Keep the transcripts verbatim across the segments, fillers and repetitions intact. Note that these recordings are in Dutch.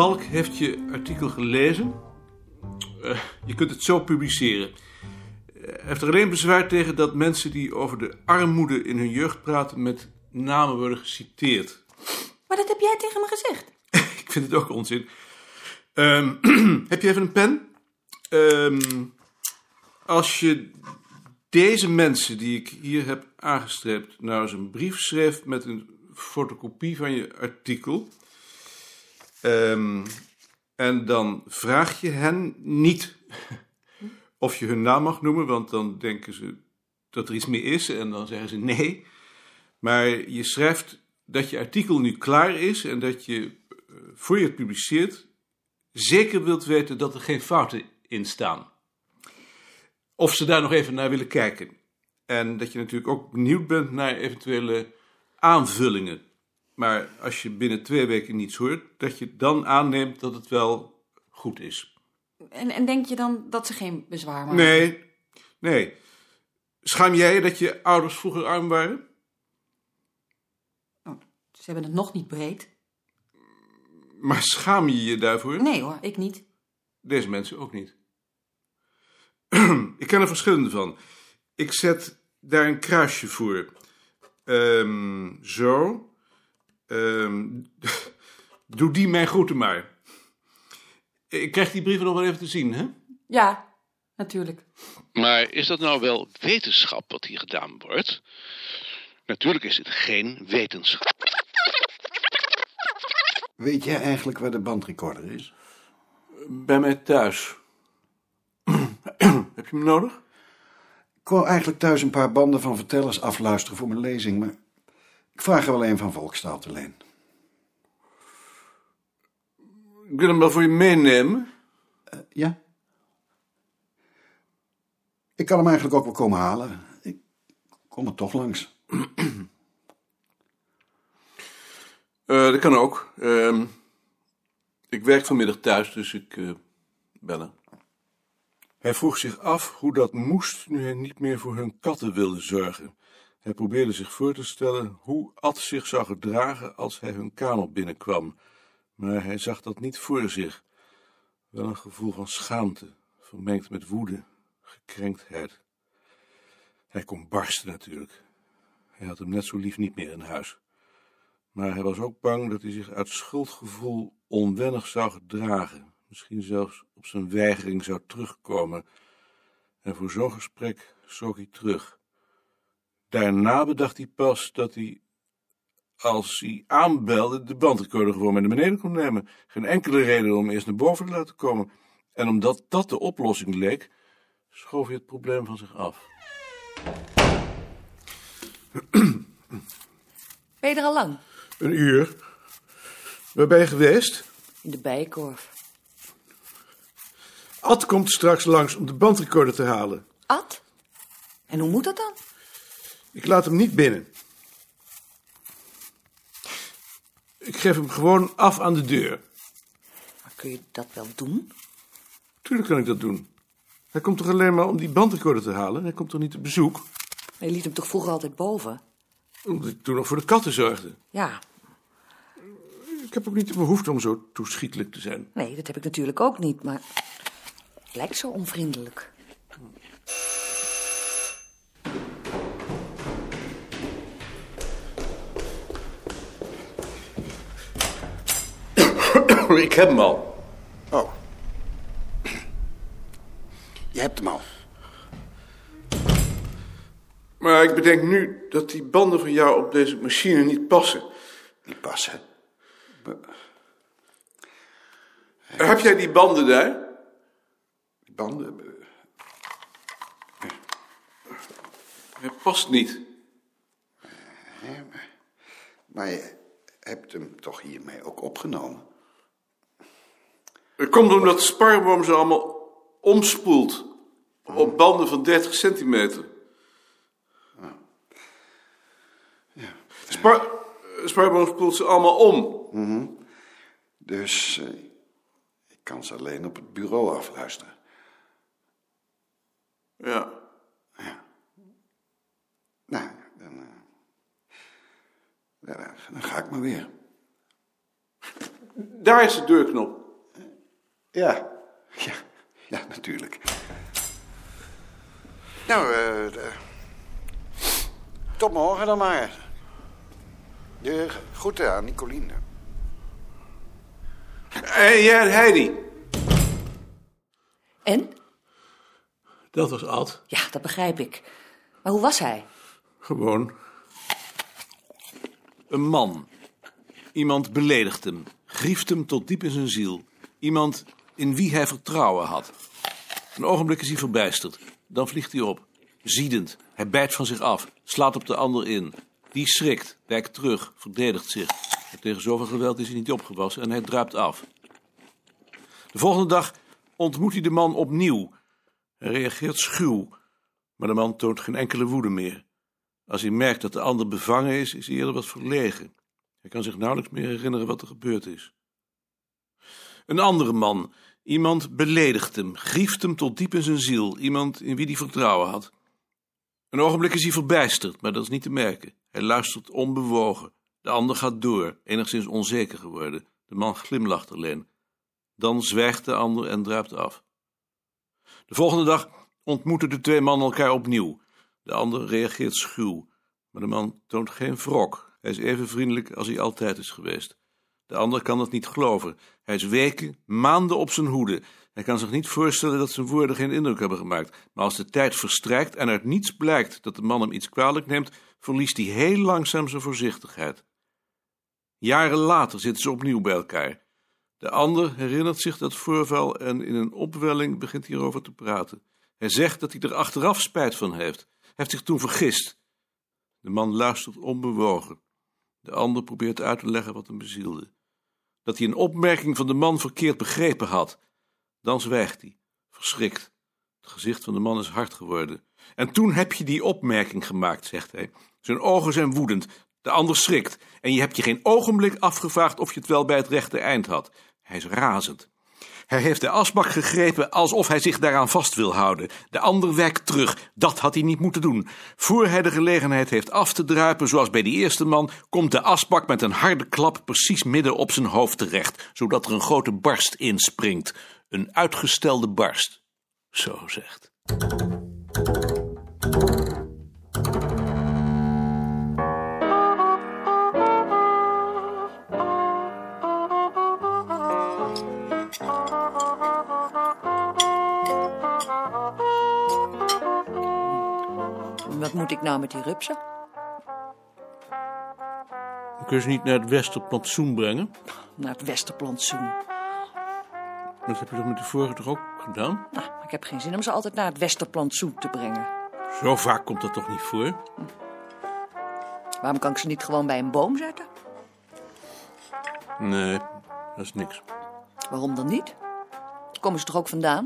Balk heeft je artikel gelezen. Uh, je kunt het zo publiceren. Uh, hij heeft er alleen bezwaar tegen dat mensen die over de armoede in hun jeugd praten met namen worden geciteerd. Maar dat heb jij tegen me gezegd. Ik vind het ook onzin. Um, heb je even een pen? Um, als je deze mensen die ik hier heb aangestreept nou eens een brief schreef met een fotocopie van je artikel. Um, en dan vraag je hen niet of je hun naam mag noemen, want dan denken ze dat er iets meer is en dan zeggen ze nee. Maar je schrijft dat je artikel nu klaar is en dat je, voor je het publiceert, zeker wilt weten dat er geen fouten in staan. Of ze daar nog even naar willen kijken. En dat je natuurlijk ook benieuwd bent naar eventuele aanvullingen. Maar als je binnen twee weken niets hoort, dat je dan aanneemt dat het wel goed is. En, en denk je dan dat ze geen bezwaar maken? Nee, nee. Schaam jij je dat je ouders vroeger arm waren? Oh, ze hebben het nog niet breed. Maar schaam je je daarvoor? Nee hoor, ik niet. Deze mensen ook niet. Ik ken er verschillende van. Ik zet daar een kruisje voor. Um, zo. Um, doe die mijn groeten maar. Ik krijg die brieven nog wel even te zien, hè? Ja, natuurlijk. Maar is dat nou wel wetenschap wat hier gedaan wordt? Natuurlijk is het geen wetenschap. Weet jij eigenlijk waar de bandrecorder is? Bij mij thuis. Heb je hem nodig? Ik wou eigenlijk thuis een paar banden van vertellers afluisteren voor mijn lezing, maar ik vraag er wel een van Volkstaal te leen. Ik wil hem wel voor je meenemen. Uh, ja? Ik kan hem eigenlijk ook wel komen halen. Ik kom er toch langs. Uh, dat kan ook. Uh, ik werk vanmiddag thuis, dus ik uh, bellen. Hij vroeg zich af hoe dat moest nu hij niet meer voor hun katten wilde zorgen. Hij probeerde zich voor te stellen hoe Ad zich zou gedragen als hij hun kamer binnenkwam. Maar hij zag dat niet voor zich. Wel een gevoel van schaamte, vermengd met woede, gekrenktheid. Hij kon barsten natuurlijk. Hij had hem net zo lief niet meer in huis. Maar hij was ook bang dat hij zich uit schuldgevoel onwennig zou gedragen. Misschien zelfs op zijn weigering zou terugkomen. En voor zo'n gesprek zoog hij terug. Daarna bedacht hij pas dat hij, als hij aanbelde, de bandrecorder gewoon mee naar beneden kon nemen. Geen enkele reden om eerst naar boven te laten komen. En omdat dat de oplossing leek, schoof hij het probleem van zich af. Ben je er al lang? Een uur. Waar ben je geweest? In de Bijenkorf. Ad komt straks langs om de bandrecorder te halen. Ad? En hoe moet dat dan? Ik laat hem niet binnen. Ik geef hem gewoon af aan de deur. Maar kun je dat wel doen? Tuurlijk kan ik dat doen. Hij komt toch alleen maar om die bandrecorder te halen? Hij komt toch niet op bezoek? Je liet hem toch vroeger altijd boven? Omdat ik toen nog voor de katten zorgde. Ja. Ik heb ook niet de behoefte om zo toeschietelijk te zijn. Nee, dat heb ik natuurlijk ook niet, maar het lijkt zo onvriendelijk. Ik heb hem al. Oh. Je hebt hem al. Maar ik bedenk nu dat die banden van jou op deze machine niet passen. Niet passen? Maar... Heb jij die banden daar? Die banden? Hij past niet. Nee, maar... maar je hebt hem toch hiermee ook opgenomen? Het komt omdat de sparboom ze allemaal omspoelt. Op banden van dertig centimeter. Ja. Spar, sparboom spoelt ze allemaal om. Mm-hmm. Dus uh, ik kan ze alleen op het bureau afluisteren. Ja. Ja. Nou, dan, uh, dan, dan ga ik maar weer. Daar is de deurknop. Ja, ja, ja, natuurlijk. Nou, eh... Uh, tot morgen dan maar. De groeten aan Nicoline. En jij, Heidi. En? Dat was Ad. Ja, dat begrijp ik. Maar hoe was hij? Gewoon. Een man. Iemand beledigt hem. Grieft hem tot diep in zijn ziel. Iemand in wie hij vertrouwen had. Een ogenblik is hij verbijsterd. Dan vliegt hij op. Ziedend. Hij bijt van zich af. Slaat op de ander in. Die schrikt. Wijkt terug. Verdedigt zich. Maar tegen zoveel geweld is hij niet opgewassen en hij druipt af. De volgende dag ontmoet hij de man opnieuw. Hij reageert schuw. Maar de man toont geen enkele woede meer. Als hij merkt dat de ander bevangen is, is hij eerder wat verlegen. Hij kan zich nauwelijks meer herinneren wat er gebeurd is. Een andere man. Iemand beledigt hem, grieft hem tot diep in zijn ziel. Iemand in wie hij vertrouwen had. Een ogenblik is hij verbijsterd, maar dat is niet te merken. Hij luistert onbewogen. De ander gaat door, enigszins onzeker geworden. De man glimlacht alleen. Dan zwijgt de ander en druipt af. De volgende dag ontmoeten de twee mannen elkaar opnieuw. De ander reageert schuw, maar de man toont geen wrok. Hij is even vriendelijk als hij altijd is geweest. De ander kan dat niet geloven. Hij is weken, maanden op zijn hoede. Hij kan zich niet voorstellen dat zijn woorden geen indruk hebben gemaakt. Maar als de tijd verstrijkt en uit niets blijkt dat de man hem iets kwalijk neemt, verliest hij heel langzaam zijn voorzichtigheid. Jaren later zitten ze opnieuw bij elkaar. De ander herinnert zich dat voorval en in een opwelling begint hierover te praten. Hij zegt dat hij er achteraf spijt van heeft. Hij heeft zich toen vergist. De man luistert onbewogen. De ander probeert uit te leggen wat hem bezielde. Dat hij een opmerking van de man verkeerd begrepen had. Dan zwijgt hij, verschrikt. Het gezicht van de man is hard geworden. En toen heb je die opmerking gemaakt, zegt hij. Zijn ogen zijn woedend. De ander schrikt. En je hebt je geen ogenblik afgevraagd of je het wel bij het rechte eind had. Hij is razend. Hij heeft de asbak gegrepen alsof hij zich daaraan vast wil houden. De ander wijkt terug. Dat had hij niet moeten doen. Voor hij de gelegenheid heeft af te druipen, zoals bij die eerste man, komt de asbak met een harde klap precies midden op zijn hoofd terecht, zodat er een grote barst inspringt. Een uitgestelde barst. Zo zegt. Wat moet ik nou met die rupsen? Kun je ze niet naar het Westerplantsoen brengen? Naar het Westerplantsoen. Dat heb je toch met de vorige toch ook gedaan? Nou, ik heb geen zin om ze altijd naar het Westerplantsoen te brengen. Zo vaak komt dat toch niet voor? Hm. Waarom kan ik ze niet gewoon bij een boom zetten? Nee, dat is niks. Waarom dan niet? Komen ze toch ook vandaan?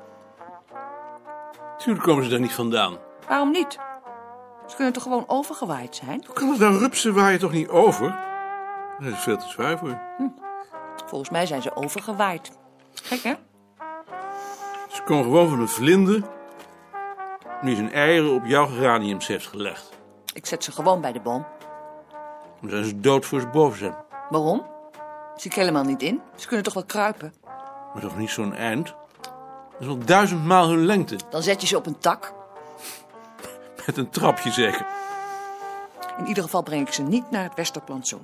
Tuurlijk komen ze daar niet vandaan. Waarom niet? Ze kunnen toch gewoon overgewaaid zijn? Hoe kan het nou rupsen waar je toch niet over? Dat is veel te zwaar voor. Hm. Volgens mij zijn ze overgewaaid. Gek, hè? Ze komen gewoon van een vlinder die zijn eieren op jouw geraniums heeft gelegd. Ik zet ze gewoon bij de boom. Dan zijn ze dood voor ze boven zijn. Waarom? Zie ik helemaal niet in. Ze kunnen toch wel kruipen? Maar toch niet zo'n eind? Dat is wel duizendmaal hun lengte. Dan zet je ze op een tak. Met een trapje zeker. In ieder geval breng ik ze niet naar het Westerplantsoen.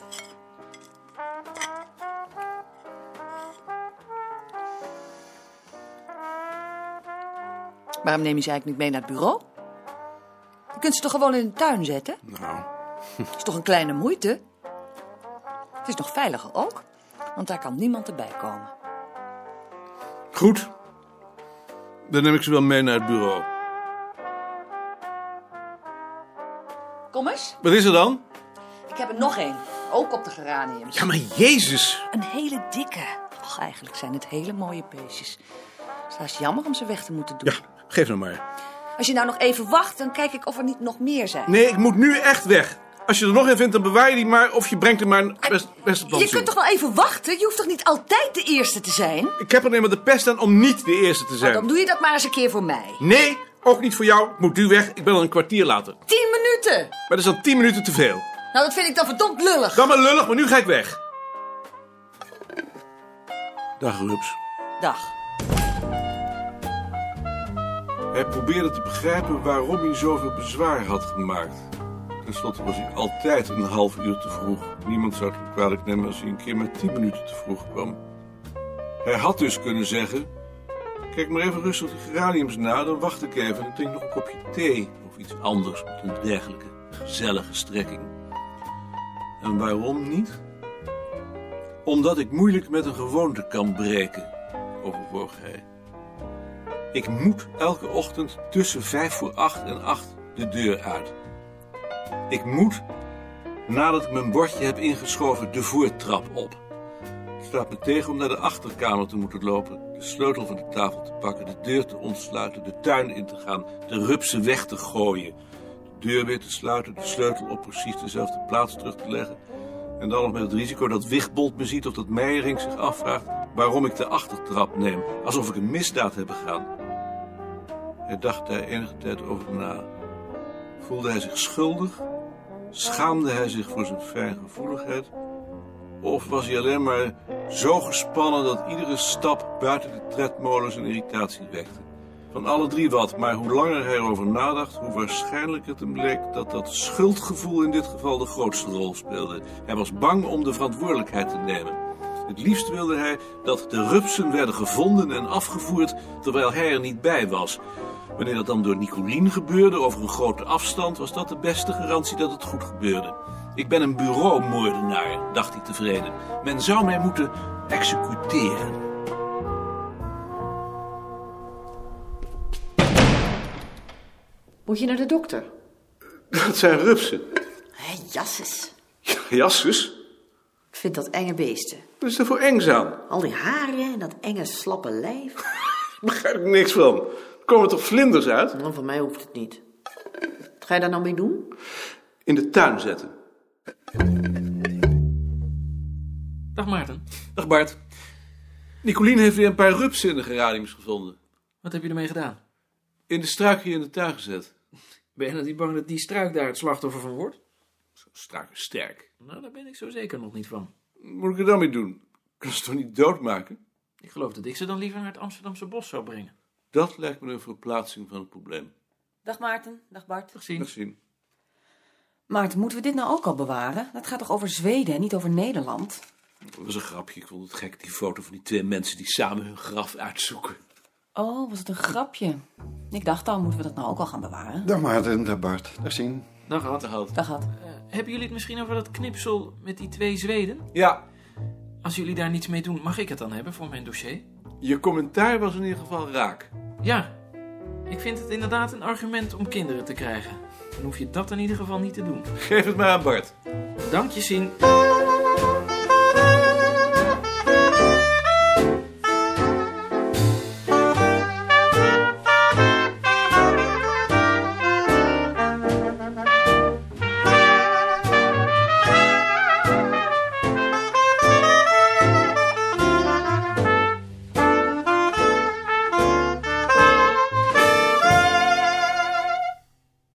Waarom neem je ze eigenlijk niet mee naar het bureau? Je kunt ze toch gewoon in de tuin zetten? Nou. Dat is toch een kleine moeite? Het is nog veiliger ook, want daar kan niemand erbij komen. Goed. Dan neem ik ze wel mee naar het bureau. Kom eens. Wat is er dan? Ik heb er nog één. Ook op de geraniums. Ja, maar Jezus. Een hele dikke. Och, eigenlijk zijn het hele mooie beestjes. Het is haast jammer om ze weg te moeten doen. Ja, geef nou maar. Als je nou nog even wacht, dan kijk ik of er niet nog meer zijn. Nee, ik moet nu echt weg. Als je er nog een vindt, dan bewaar je die maar. Of je brengt hem maar naar West, Westerplantsoen. Je kunt toch wel even wachten? Je hoeft toch niet altijd de eerste te zijn? Ik heb er alleen maar de pest aan om niet de eerste te zijn. Nou, dan doe je dat maar eens een keer voor mij. Nee, ook niet voor jou. Ik moet nu weg. Ik ben al een kwartier later. Tien minuten. Maar dat is dan tien minuten te veel. Nou, dat vind ik dan verdomd lullig. Dan maar lullig, maar nu ga ik weg. Dag, Rups. Dag. Hij probeerde te begrijpen waarom hij zoveel bezwaar had gemaakt. Ten slotte was hij altijd een half uur te vroeg. Niemand zou het hem kwalijk nemen als hij een keer maar tien minuten te vroeg kwam. Hij had dus kunnen zeggen... Kijk maar even rustig die geraniums na, dan wacht ik even en ik drink nog een kopje thee. Of iets anders met een dergelijke gezellige strekking. En waarom niet? Omdat ik moeilijk met een gewoonte kan breken, overwoog hij. Ik moet elke ochtend tussen vijf voor acht en acht de deur uit. Ik moet, nadat ik mijn bordje heb ingeschoven, de voortrap op. Het staat me tegen om naar de achterkamer te moeten lopen, de sleutel van de tafel te pakken, de deur te ontsluiten, de tuin in te gaan, de rupsen weg te gooien, de deur weer te sluiten, de sleutel op precies dezelfde plaats terug te leggen. En dan nog met het risico dat Wigbold me ziet of dat Meijering zich afvraagt waarom ik de achtertrap neem, alsof ik een misdaad heb begaan. Hij dacht daar enige tijd over na. Voelde hij zich schuldig? Schaamde hij zich voor zijn fijngevoeligheid? Of was hij alleen maar zo gespannen dat iedere stap buiten de tredmolen zijn irritatie wekte? Van alle drie wat, maar hoe langer hij erover nadacht, hoe waarschijnlijker het hem bleek dat dat schuldgevoel in dit geval de grootste rol speelde. Hij was bang om de verantwoordelijkheid te nemen. Het liefst wilde hij dat de rupsen werden gevonden en afgevoerd terwijl hij er niet bij was. Wanneer dat dan door Nicolien gebeurde over een grote afstand, was dat de beste garantie dat het goed gebeurde. Ik ben een bureaumoordenaar, dacht hij tevreden. Men zou mij moeten executeren. Moet je naar de dokter? Dat zijn rupsen. Hé, jasses. Jasses? Ik vind dat enge beesten. Wat is er voor engs aan? Al die haren en dat enge slappe lijf. Daar begrijp ik niks van. Er komen toch vlinders uit? Nou, van mij hoeft het niet. Wat ga je daar nou mee doen? In de tuin zetten. Dag Maarten. Dag Bart. Nicolien heeft weer een paar rupsen in de geraniums gevonden. Wat heb je ermee gedaan? In de struik hier in de tuin gezet. Ben je nou niet bang dat die struik daar het slachtoffer van wordt? Zo'n struik is sterk. Nou, daar ben ik zo zeker nog niet van. Moet ik er dan mee doen? Kan ze toch niet doodmaken? Ik geloof dat ik ze dan liever naar het Amsterdamse bos zou brengen. Dat lijkt me een verplaatsing van het probleem. Dag Maarten, dag Bart. Dag zien. Dag zien. Maarten, moeten we dit nou ook al bewaren? Dat gaat toch over Zweden en niet over Nederland? Dat was een grapje. Ik vond het gek, die foto van die twee mensen die samen hun graf uitzoeken. Oh, was het een grapje? Ik dacht al, moeten we dat nou ook al gaan bewaren? Dag Maarten, dag Bart. Dag zien. Dag Ad. Dag Ad. Dag had. Uh, hebben jullie het misschien over dat knipsel met die twee Zweden? Ja, Als jullie daar niets mee doen, mag ik het dan hebben voor mijn dossier? je commentaar was in ieder geval raak. Ja, ik vind het inderdaad een argument om kinderen te krijgen. Dan hoef je dat in ieder geval niet te doen. Geef het maar aan Bart. Dank je, Sien.